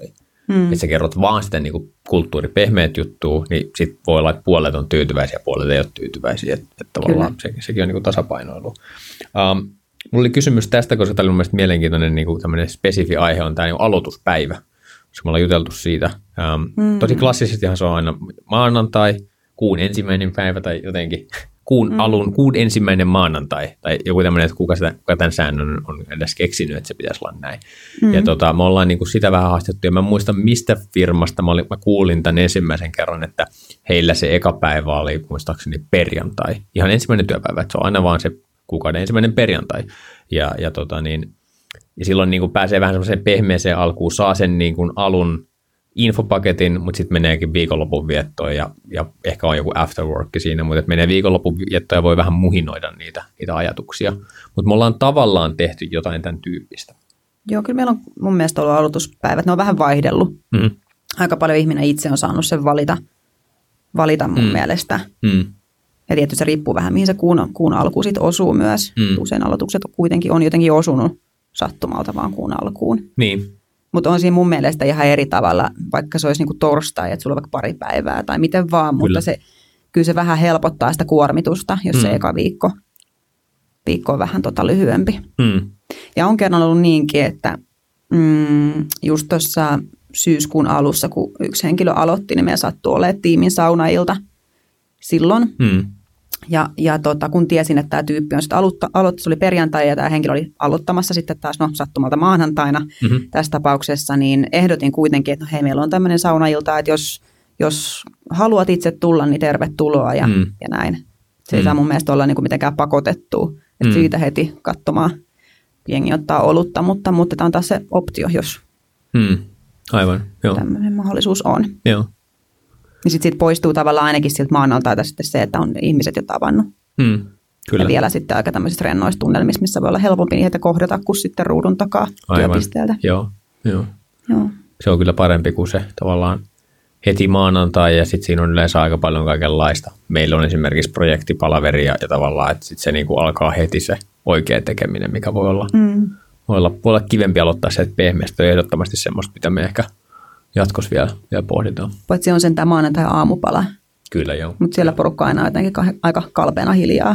mm. että sä kerrot vaan sitä niin kuin kulttuuripehmeät juttua, niin sit voi olla, että puolet on tyytyväisiä ja puolet ei ole tyytyväisiä, että, että tavallaan se, sekin on niin kuin tasapainoilu. Um, mulla oli kysymys tästä, koska tämä oli mun mielestä mielenkiintoinen niin kuin tämmöinen spesifi aihe on tämä niin kuin aloituspäivä, koska me ollaan juteltu siitä. Um, mm. Tosi klassisestihan se on aina maanantai, kuun ensimmäinen päivä tai jotenkin kuun alun, mm. kuun ensimmäinen maanantai, tai joku tämmöinen, että kuka, sitä, kuka tämän säännön on edes keksinyt, että se pitäisi olla näin. Mm. Ja tota, me ollaan niin kuin sitä vähän haastettu, ja mä muistan, mistä firmasta mä, olin, mä kuulin tämän ensimmäisen kerran, että heillä se eka päivä oli muistaakseni perjantai. Ihan ensimmäinen työpäivä, että se on aina vaan se kuukauden ensimmäinen perjantai. Ja, ja, tota niin, ja silloin niin kuin pääsee vähän semmoiseen pehmeeseen alkuun, saa sen niin kuin alun infopaketin, mutta sitten meneekin viikonlopun viettoon ja, ja ehkä on joku afterwork siinä, mutta menee viikonlopun viettoon ja voi vähän muhinoida niitä, niitä ajatuksia. Mutta me ollaan tavallaan tehty jotain tämän tyyppistä. Joo, kyllä meillä on mun mielestä ollut aloituspäivät. Ne on vähän vaihdellut. Mm. Aika paljon ihminen itse on saanut sen valita, valita mun mm. mielestä. Mm. Ja tietysti se riippuu vähän, mihin se kuun, kuun alku sitten osuu myös. Mm. Usein aloitukset kuitenkin on jotenkin osunut sattumalta vaan kuun alkuun. Niin. Mutta on siinä mun mielestä ihan eri tavalla, vaikka se olisi niinku torstai, että sulla on vaikka pari päivää tai miten vaan, kyllä. Mutta se, kyllä se vähän helpottaa sitä kuormitusta, jos mm. se eka viikko, viikko on vähän tota lyhyempi. Mm. Ja on kerran ollut niinkin, että mm, just tuossa syyskuun alussa, kun yksi henkilö aloitti, niin meillä sattui olemaan tiimin saunailta silloin. Mm. Ja, ja tota, kun tiesin, että tämä tyyppi on sitten aloittanut, se oli perjantai ja tämä henkilö oli aloittamassa sitten taas no, sattumalta maanantaina mm-hmm. tässä tapauksessa, niin ehdotin kuitenkin, että no, hei, meillä on tämmöinen saunailta, että jos, jos haluat itse tulla, niin tervetuloa ja, mm. ja näin. Se ei mm. saa mun mielestä olla niin kuin mitenkään pakotettua, että mm. siitä heti katsomaan jengi ottaa olutta, mutta, mutta tämä on taas se optio, jos mm. Aivan, joo. Tämmöinen mahdollisuus on. Joo. Niin sitten sit poistuu tavallaan ainakin siltä maanaltaita sitten se, että on ihmiset jo tavannut. Mm, kyllä. Ja vielä sitten aika tämmöisissä rennoissa tunnelmissa, missä voi olla helpompi niitä kohdata kuin sitten ruudun takaa Aivan. työpisteeltä. Joo, joo. joo. Se on kyllä parempi kuin se tavallaan heti maanantai ja sitten siinä on yleensä aika paljon kaikenlaista. Meillä on esimerkiksi projektipalaveri ja, ja tavallaan, että sitten se niinku alkaa heti se oikea tekeminen, mikä voi olla, mm. voi olla, voi olla kivempi aloittaa se, että pehmeästi on ehdottomasti semmoista, mitä me ehkä jatkossa vielä, vielä pohditaan. Paitsi on sen tämä maanantai aamupala. Kyllä joo. Mutta siellä porukka aina on jotenkin aika kalpeena hiljaa.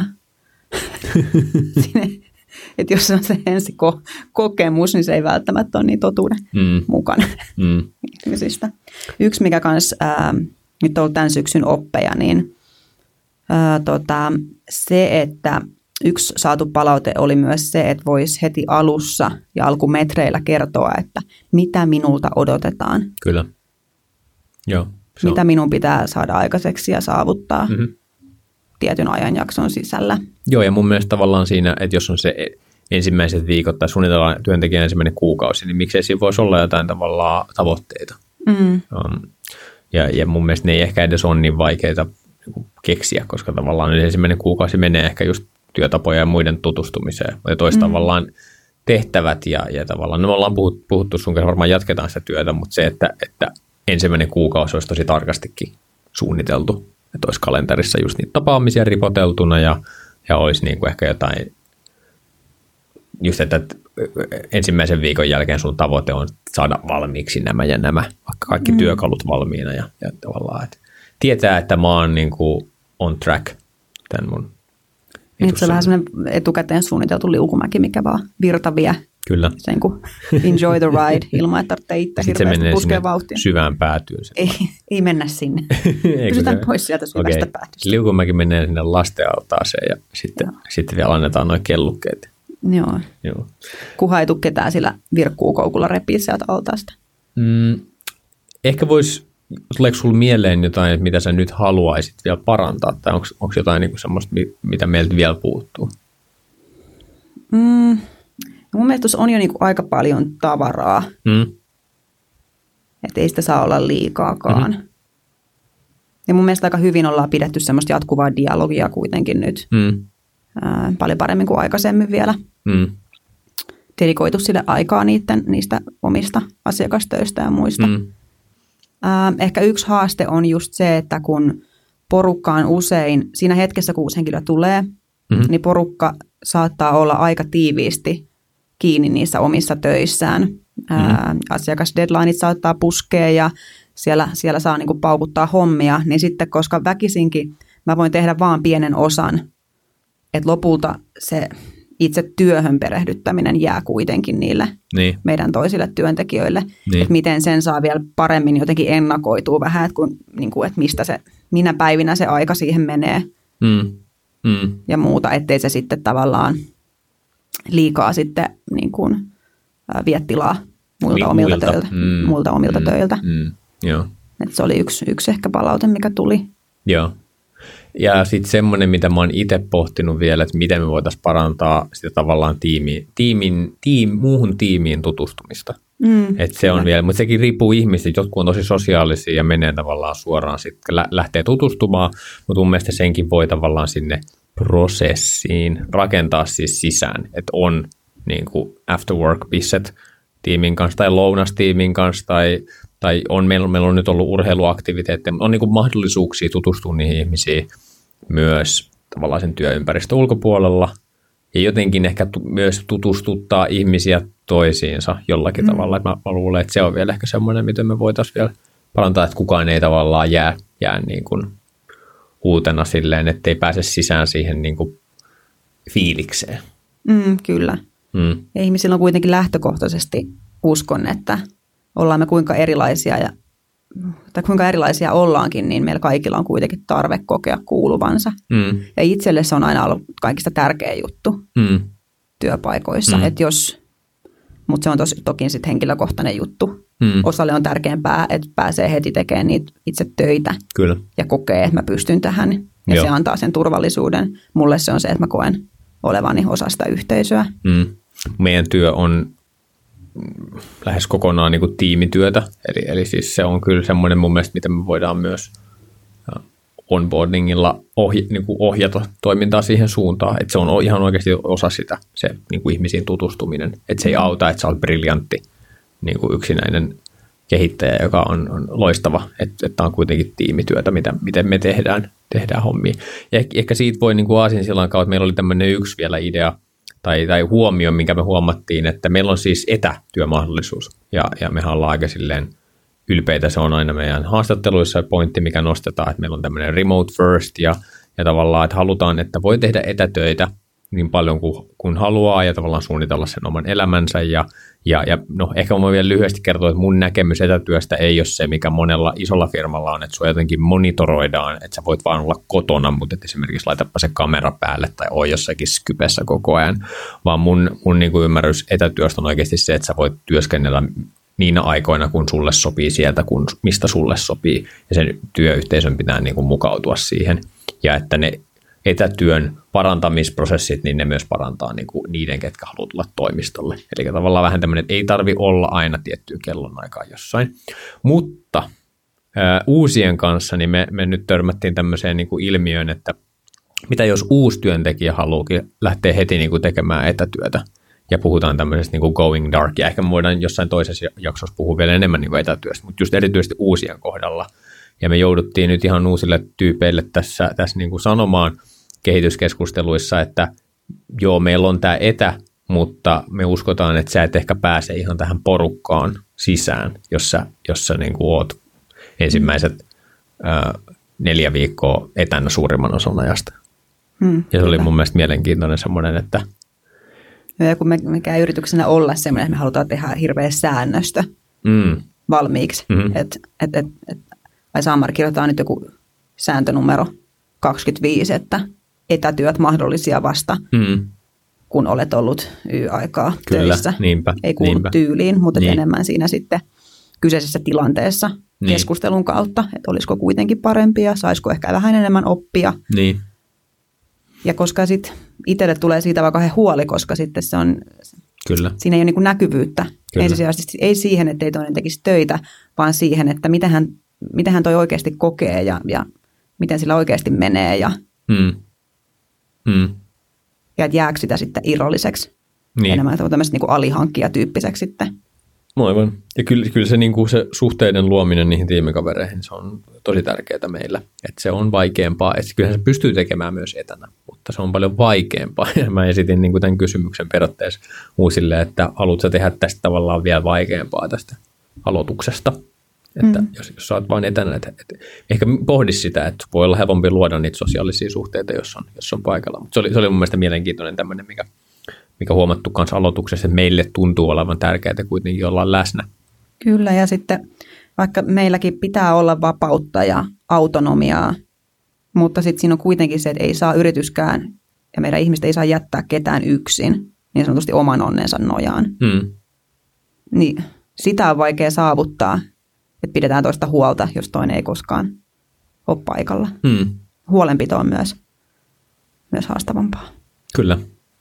Että jos se on se ensi ko- kokemus, niin se ei välttämättä ole niin totuuden mm. mukana mm. ihmisistä. Yksi, mikä kans ää, nyt on ollut tämän syksyn oppeja, niin ää, tota, se, että yksi saatu palaute oli myös se, että voisi heti alussa ja alkumetreillä kertoa, että mitä minulta odotetaan. Kyllä. Joo. Mitä on. minun pitää saada aikaiseksi ja saavuttaa mm-hmm. tietyn ajanjakson sisällä. Joo, ja mun mielestä tavallaan siinä, että jos on se ensimmäiset viikot tai suunnitellaan työntekijän ensimmäinen kuukausi, niin miksei siinä voisi olla jotain tavallaan tavoitteita. Mm. Um, ja, ja mun mielestä ne ei ehkä edes ole niin vaikeita keksiä, koska tavallaan ensimmäinen kuukausi menee ehkä just työtapoja ja muiden tutustumiseen. Ja toista mm. tavallaan tehtävät ja, ja tavallaan, no me ollaan puhuttu, puhuttu sun kanssa, varmaan jatketaan sitä työtä, mutta se, että, että ensimmäinen kuukausi olisi tosi tarkastikin suunniteltu, että olisi kalenterissa just niitä tapaamisia ripoteltuna ja, ja olisi niin kuin ehkä jotain, just että ensimmäisen viikon jälkeen sun tavoite on saada valmiiksi nämä ja nämä, vaikka kaikki mm. työkalut valmiina ja, ja tavallaan, että tietää, että mä oon niin kuin on track tämän mun niin, se on vähän semmoinen etukäteen suunniteltu liukumäki, mikä vaan virta vie. Kyllä. Sen kun enjoy the ride, ilman että tarvitsee itse hirveästi puskea vauhtia. Syvään päätyyn. Ei, ei mennä sinne. Pysytään pois sieltä syvästä okay. päätystä. Liukumäki menee sinne lastenaltaaseen ja sitten, sitten vielä annetaan noin kellukkeet. Joo. Joo. Kuha ei tule ketään sillä virkkuukoukulla repii sieltä altaasta. Mm, ehkä voisi... Tuleeko sinulla mieleen jotain, että mitä sä nyt haluaisit vielä parantaa, tai onko, onko jotain niin kuin semmoista, mitä meiltä vielä puuttuu? Mm, mun mielestä on jo niin kuin aika paljon tavaraa, mm. että ei sitä saa olla liikaakaan. Mm-hmm. Ja mun mielestä aika hyvin ollaan pidetty semmoista jatkuvaa dialogia kuitenkin nyt, mm. Ää, paljon paremmin kuin aikaisemmin vielä. Mm. Dedikoitu sille aikaa niiden, niistä omista asiakastöistä ja muista. Mm. Ehkä yksi haaste on just se, että kun porukka on usein, siinä hetkessä kun uusi henkilö tulee, mm-hmm. niin porukka saattaa olla aika tiiviisti kiinni niissä omissa töissään. ää, mm. asiakasdeadlineit saattaa puskea ja siellä, siellä saa niin kuin paukuttaa hommia, niin sitten koska väkisinkin mä voin tehdä vaan pienen osan, että lopulta se itse työhön perehdyttäminen jää kuitenkin niille niin. meidän toisille työntekijöille, niin. että miten sen saa vielä paremmin jotenkin ennakoitua vähän, että, kun, niin kuin, että mistä se, minä päivinä se aika siihen menee mm. Mm. ja muuta, ettei se sitten tavallaan liikaa sitten niin kuin, vie tilaa muilta Mi- omilta muilta. töiltä. Mm. Muilta omilta mm. töiltä. Mm. Joo. Että se oli yksi, yksi ehkä palaute, mikä tuli. Joo. Ja sitten semmoinen, mitä mä oon itse pohtinut vielä, että miten me voitaisiin parantaa sitä tavallaan tiimi, tiimin, tiim, muuhun tiimiin tutustumista. Mm, että se on vielä, mutta sekin riippuu ihmisistä, jotkut on tosi sosiaalisia ja menee tavallaan suoraan sitten, lä- lähtee tutustumaan, mutta mun mielestä senkin voi tavallaan sinne prosessiin rakentaa siis sisään, että on niin kuin after work-pisset tiimin kanssa tai lounastiimin kanssa tai tai on, meillä, meillä on nyt ollut urheiluaktiviteetteja, on niin kuin mahdollisuuksia tutustua niihin ihmisiin myös tavallaan sen työympäristön ulkopuolella ja jotenkin ehkä tu- myös tutustuttaa ihmisiä toisiinsa jollakin mm. tavalla. Mä, mä luulen, että se on vielä ehkä semmoinen, miten me voitaisiin vielä parantaa, että kukaan ei tavallaan jää, jää niin kuin uutena silleen, ettei pääse sisään siihen niin kuin fiilikseen. Mm, kyllä. Mm. Ja ihmisillä on kuitenkin lähtökohtaisesti uskon, että ollaan me kuinka erilaisia ja tai kuinka erilaisia ollaankin, niin meillä kaikilla on kuitenkin tarve kokea kuuluvansa. Mm. Ja itselle se on aina ollut kaikista tärkeä juttu mm. työpaikoissa. Mm. Et jos, mutta se on tosi, toki sitten henkilökohtainen juttu. Mm. Osalle on tärkeämpää, että pääsee heti tekemään niitä itse töitä Kyllä. ja kokee, että mä pystyn tähän. Ja Joo. se antaa sen turvallisuuden. Mulle se on se, että mä koen olevani osa sitä yhteisöä. Mm. Meidän työ on lähes kokonaan niin kuin tiimityötä, eli, eli siis se on kyllä semmoinen mun mielestä, miten me voidaan myös onboardingilla ohja, niin kuin ohjata toimintaa siihen suuntaan, että se on ihan oikeasti osa sitä, se niin kuin ihmisiin tutustuminen, että se ei auta, että sä olet briljantti niin kuin yksinäinen kehittäjä, joka on, on loistava, että, että on kuitenkin tiimityötä, mitä, miten me tehdään, tehdään hommia. Ja ehkä siitä voi niin kuin aasinsillan kautta, meillä oli tämmöinen yksi vielä idea, Tai, tai huomio, minkä me huomattiin, että meillä on siis etätyömahdollisuus ja, ja mehän ollaan aika silleen ylpeitä, se on aina meidän haastatteluissa pointti, mikä nostetaan, että meillä on tämmöinen remote first ja, ja tavallaan, että halutaan, että voi tehdä etätöitä niin paljon kuin, kuin haluaa ja tavallaan suunnitella sen oman elämänsä ja, ja, ja no ehkä mä voin vielä lyhyesti kertoa, että mun näkemys etätyöstä ei ole se, mikä monella isolla firmalla on, että sua jotenkin monitoroidaan, että sä voit vaan olla kotona, mutta että esimerkiksi laitapa se kamera päälle tai ole jossakin Skypessä koko ajan, vaan mun, mun niin kuin ymmärrys etätyöstä on oikeasti se, että sä voit työskennellä niinä aikoina, kun sulle sopii sieltä, kun, mistä sulle sopii ja sen työyhteisön pitää niin kuin mukautua siihen ja että ne etätyön parantamisprosessit, niin ne myös parantaa niin kuin niiden, ketkä haluaa tulla toimistolle. Eli tavallaan vähän tämmöinen, että ei tarvi olla aina tiettyä kellonaikaa jossain. Mutta ää, uusien kanssa niin me, me nyt törmättiin tämmöiseen niin kuin ilmiöön, että mitä jos uusi työntekijä haluukin lähteä heti niin kuin tekemään etätyötä ja puhutaan tämmöisestä niin kuin going dark. Ja ehkä me voidaan jossain toisessa jaksossa puhua vielä enemmän niin kuin etätyöstä, mutta just erityisesti uusien kohdalla. Ja me jouduttiin nyt ihan uusille tyypeille tässä, tässä niin kuin sanomaan, kehityskeskusteluissa, että joo, meillä on tämä etä, mutta me uskotaan, että sä et ehkä pääse ihan tähän porukkaan sisään, jos sä, jos sä niin kuin oot ensimmäiset ää, neljä viikkoa etänä suurimman osan ajasta. Hmm, ja se oli mun mielestä mielenkiintoinen semmoinen, että ja kun me, me käy yrityksenä olla semmoinen, että me halutaan tehdä hirveä säännöstö mm. valmiiksi, mm-hmm. että et, et, et, ai Saamari kirjoitetaan nyt joku sääntönumero kaksikymmentäviisi, että etätyöt mahdollisia vasta, mm. kun olet ollut Y-aikaa Kyllä, töissä. Niinpä, ei kuulu niinpä. tyyliin, mutta niin. enemmän siinä sitten kyseisessä tilanteessa niin. keskustelun kautta, että olisiko kuitenkin parempia, saisiko ehkä vähän enemmän oppia. Niin. Ja koska sitten itselle tulee siitä vaikka he huoli, koska sitten se on, Kyllä. siinä ei ole niin kuin näkyvyyttä. Ensisijaisesti ei siihen, että ei toinen tekisi töitä, vaan siihen, että miten hän, miten hän toi oikeasti kokee ja, ja miten sillä oikeasti menee ja Hmm. Hmm. ja että jääkö sitä sitten irralliseksi. Niin. Enemmän tämmöisestä niin kuin alihankkijatyyppiseksi sitten. No aivan. Ja kyllä, kyllä se, niin kuin se suhteiden luominen niihin tiimikavereihin, se on tosi tärkeää meillä. Että se on vaikeampaa. Että kyllähän se pystyy tekemään myös etänä, mutta se on paljon vaikeampaa. Ja mä esitin niin kuin tämän kysymyksen periaatteessa uusille, että haluatko tehdä tästä tavallaan vielä vaikeampaa tästä aloituksesta. Että mm. jos, jos sä oot vain etänä, että, että ehkä pohdi sitä, että voi olla helpompi luoda niitä sosiaalisia suhteita, jos on, jos on paikalla. Mutta se oli, se oli mun mielestä mielenkiintoinen tämmöinen, mikä, mikä huomattu kanssa aloituksessa, että meille tuntuu olevan tärkeää kuitenkin olla läsnä. Kyllä, ja sitten vaikka meilläkin pitää olla vapautta ja autonomiaa, mutta sitten siinä on kuitenkin se, että ei saa yrityskään ja meidän ihmiset ei saa jättää ketään yksin, niin sanotusti oman onnensa nojaan. Mm. Niin sitä on vaikea saavuttaa, että pidetään toista huolta, jos toinen ei koskaan ole paikalla. Mm. Huolenpito on myös, myös haastavampaa. Kyllä.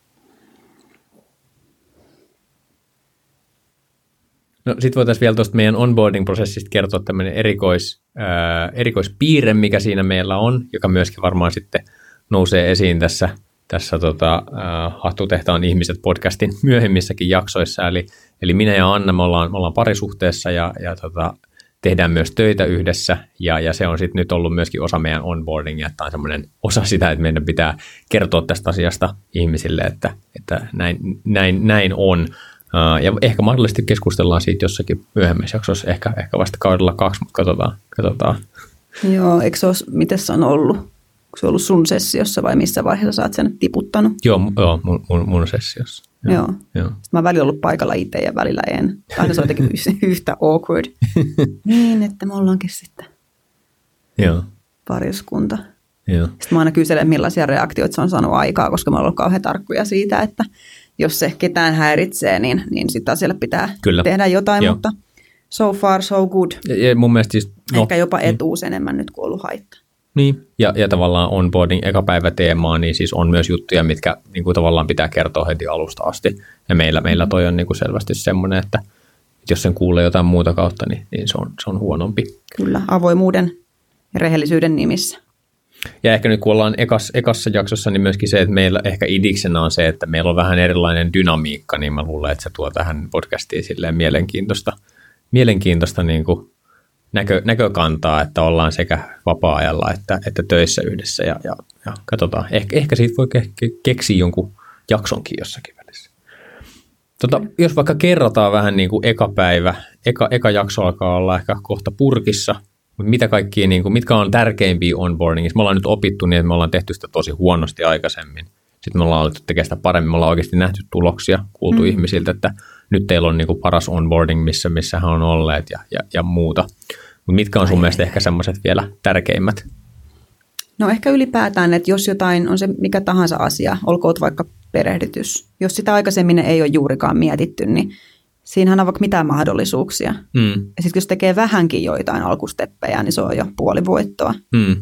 No sitten voitaisiin vielä tuosta meidän onboarding-prosessista kertoa tämmöinen erikois, ää, erikoispiirre, mikä siinä meillä on, joka myöskin varmaan sitten nousee esiin tässä, tässä tota, ää, Hahtutehtaan ihmiset podcastin myöhemmissäkin jaksoissa. Eli, eli minä ja Anna, me ollaan, me ollaan parisuhteessa ja, ja tota, tehdään myös töitä yhdessä, ja, ja se on sitten nyt ollut myöskin osa meidän onboardingia, että on semmoinen osa sitä, että meidän pitää kertoa tästä asiasta ihmisille, että, että näin, näin, näin on. Ja ehkä mahdollisesti keskustellaan siitä jossakin myöhemmässä jaksossa, ehkä, ehkä vasta kaudella kaksi, mutta katsotaan. katsotaan. Joo, eikö se ole, miten se on ollut? Onko se ollut sun sessiossa vai missä vaiheessa sä oot sen tiputtanut? Joo, joo mun, mun, mun sessiossa. Joo. joo. joo. Sitten mä oon välillä ollut paikalla itse ja välillä en. Aina se on jotenkin yhtä awkward. Niin, että me ollaankin sitten joo. pariskunta. Joo. Sitten mä aina kyselen, millaisia reaktioita se on saanut aikaa, koska mä oon ollut kauhean tarkkoja siitä, että jos se ketään häiritsee, niin, niin sitten asialle pitää Kyllä. tehdä jotain, Joo. mutta so far so good. Ja, ja mun mielestä siis, no, ehkä jopa etuus niin. enemmän nyt kuin ollut haitta. Niin, ja, ja tavallaan onboarding ekapäiväteemaa, niin siis on myös juttuja, mitkä niin kuin tavallaan pitää kertoa heti alusta asti. Ja meillä, meillä toi on niin kuin selvästi semmoinen, että jos sen kuulee jotain muuta kautta, niin, niin se, on, se on huonompi. Kyllä, avoimuuden ja rehellisyyden nimissä. Ja ehkä nyt kun ollaan ekas, ekassa jaksossa, niin myöskin se, että meillä ehkä idiksenä on se, että meillä on vähän erilainen dynamiikka, niin mä luulen, että se tuo tähän podcastiin silleen mielenkiintoista, mielenkiintoista niin kuin näkö, näkökantaa, että ollaan sekä vapaa-ajalla että, että töissä yhdessä ja, ja, ja katsotaan. Eh, ehkä siitä voi ke, ke, keksiä jonkun jaksonkin jossakin välissä. Tota, jos vaikka kerrotaan vähän niin kuin eka päivä, eka, eka jakso alkaa olla ehkä kohta purkissa, mutta mitä kaikkia, niin kuin, mitkä on tärkeimpiä onboardingissa? Me ollaan nyt opittu niin, että me ollaan tehty sitä tosi huonosti aikaisemmin. Sitten me ollaan alettu tekemään sitä paremmin. Me ollaan oikeasti nähty tuloksia, kuultu mm. ihmisiltä, että nyt teillä on niin kuin paras onboarding, missä, missä he on olleet ja, ja, ja muuta. Mutta mitkä on sun Ai mielestä ehkä semmoiset vielä tärkeimmät? No ehkä ylipäätään, että jos jotain on se mikä tahansa asia, olkoon vaikka perehdytys. Jos sitä aikaisemmin ei ole juurikaan mietitty, niin siinähän on vaikka mitään mahdollisuuksia. Mm. Ja sitten jos tekee vähänkin joitain alkusteppejä, niin se on jo puoli voittoa. Mm.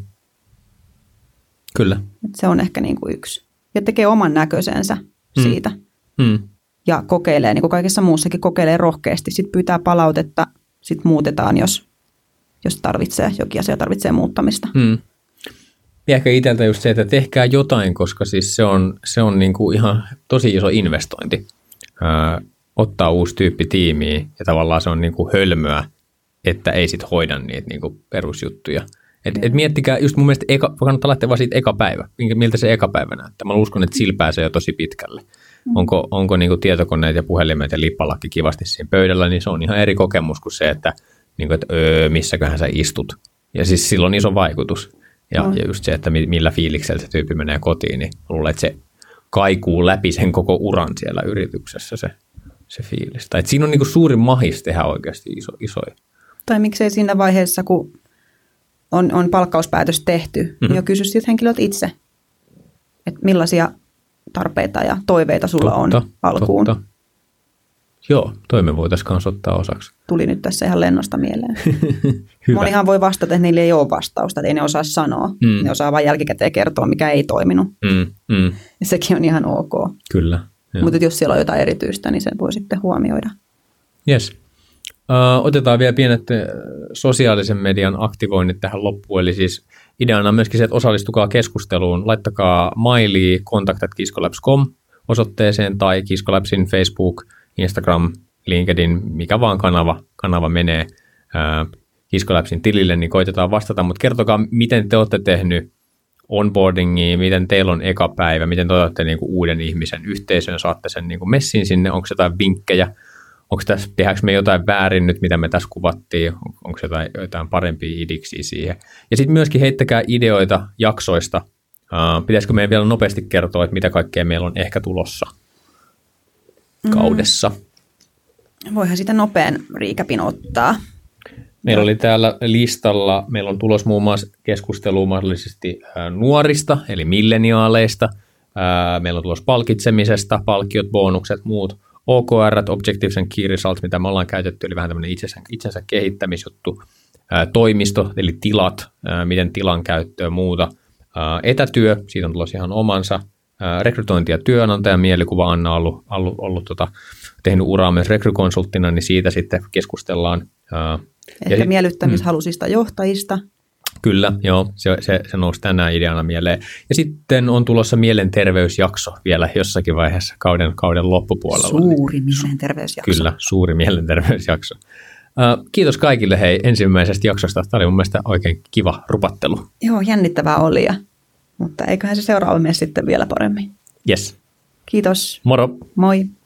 Kyllä. Et se on ehkä niin kuin yksi. Ja tekee oman näköisensä mm. siitä. Mm. Ja kokeilee, niin kuin kaikessa muussakin, kokeilee rohkeasti. Sitten pyytää palautetta, sitten muutetaan, jos, jos tarvitsee, jokin asia tarvitsee muuttamista. Mm. Ja ehkä itseltä just se, että tehkää jotain, koska siis se on, se on niin kuin ihan tosi iso investointi. Öö, ottaa uusi tyyppi tiimiin ja tavallaan se on niin kuin hölmöä, että ei sit hoida niitä niin kuin perusjuttuja. Et, et miettikää, just mun mielestä eka, kannattaa lähteä vaan siitä eka päivä, miltä se eka päivä näyttää. Mä uskon, että sillä pääsee jo tosi pitkälle. Mm. Onko, onko niin kuin tietokoneet ja puhelimet ja lippalakki kivasti siinä pöydällä, niin se on ihan eri kokemus kuin se, että, niin kuin, että öö, missäköhän sä istut. Ja siis sillä on iso vaikutus. Ja, mm. ja just se, että millä fiiliksellä se tyyppi menee kotiin, niin luulen, että se kaikuu läpi sen koko uran siellä yrityksessä se. se fiilis. Tai että siinä on niinku suurin mahis tehdä oikeasti iso, isoja. Tai miksei siinä vaiheessa, kun on, on palkkauspäätös tehty, mm-hmm. niin jo kysy siltä henkilöltä itse, että millaisia tarpeita ja toiveita sulla totta, on alkuun. Totta. Joo, toi me voitaisiin kanssa ottaa osaksi. Tuli nyt tässä ihan lennosta mieleen. Monihan voi vastata, että niillä ei ole vastausta, että ei ne osaa sanoa. Mm. Ne osaa vain jälkikäteen kertoa, mikä ei toiminut. Mm. Mm. Ja sekin on ihan ok. Kyllä. Mutta jos siellä on jotain erityistä, niin sen voi sitten huomioida. Yes. Uh, otetaan vielä pienet sosiaalisen median aktivoinnit tähän loppuun. Eli siis ideana on myöskin se, että osallistukaa keskusteluun. Laittakaa mailia contact at kiskolabs piste com osoitteeseen tai Kiskolabsin Facebook, Instagram, LinkedIn, mikä vaan kanava, kanava menee ää, Kiskolabsin tilille, niin koitetaan vastata, mutta kertokaa, miten te olette tehnyt onboardingia, miten teillä on eka päivä, miten te otatte niin kuin uuden ihmisen yhteisön, saatte sen niin kuin messin sinne, onko jotain vinkkejä, onko tässä, tehdäänkö me jotain väärin nyt, mitä me tässä kuvattiin, onko jotain, jotain parempia idiksiä siihen. Ja sitten myöskin heittäkää ideoita jaksoista. Uh, pitäisikö meidän vielä nopeasti kertoa, että mitä kaikkea meillä on ehkä tulossa kaudessa? Mm. Voihan sitä nopean recapin ottaa. Meillä oli täällä listalla, meillä on tulos muun muassa keskustelua mahdollisesti nuorista, eli milleniaaleista. Meillä on tulos palkitsemisesta, palkkiot, bonukset, muut. O K R, Objectives and Key Results, mitä me ollaan käytetty, eli vähän tämmöinen itsensä, itsensä kehittämisjuttu. Toimisto, eli tilat, miten tilan käyttöä muuta. Etätyö, siitä on tulos ihan omansa. Rekrytointi ja työnantajan mielikuva, Anna on ollut, ollut, ollut tota, tehnyt uraa myös rekrykonsulttina, niin siitä sitten keskustellaan. Ehkä ja miellyttämishalusista mm. johtajista. Kyllä, joo, se, se, se nousi tänään ideana mieleen. Ja sitten on tulossa mielenterveysjakso vielä jossakin vaiheessa kauden, kauden loppupuolella. Suuri mielenterveysjakso. Kyllä, suuri mielenterveysjakso. Uh, kiitos kaikille hei ensimmäisestä jaksosta. Tämä oli mun mielestä oikein kiva rupattelu. Joo, jännittävää oli, ja, mutta eiköhän se seuraava mene sitten vielä paremmin. Yes. Kiitos. Moro. Moi.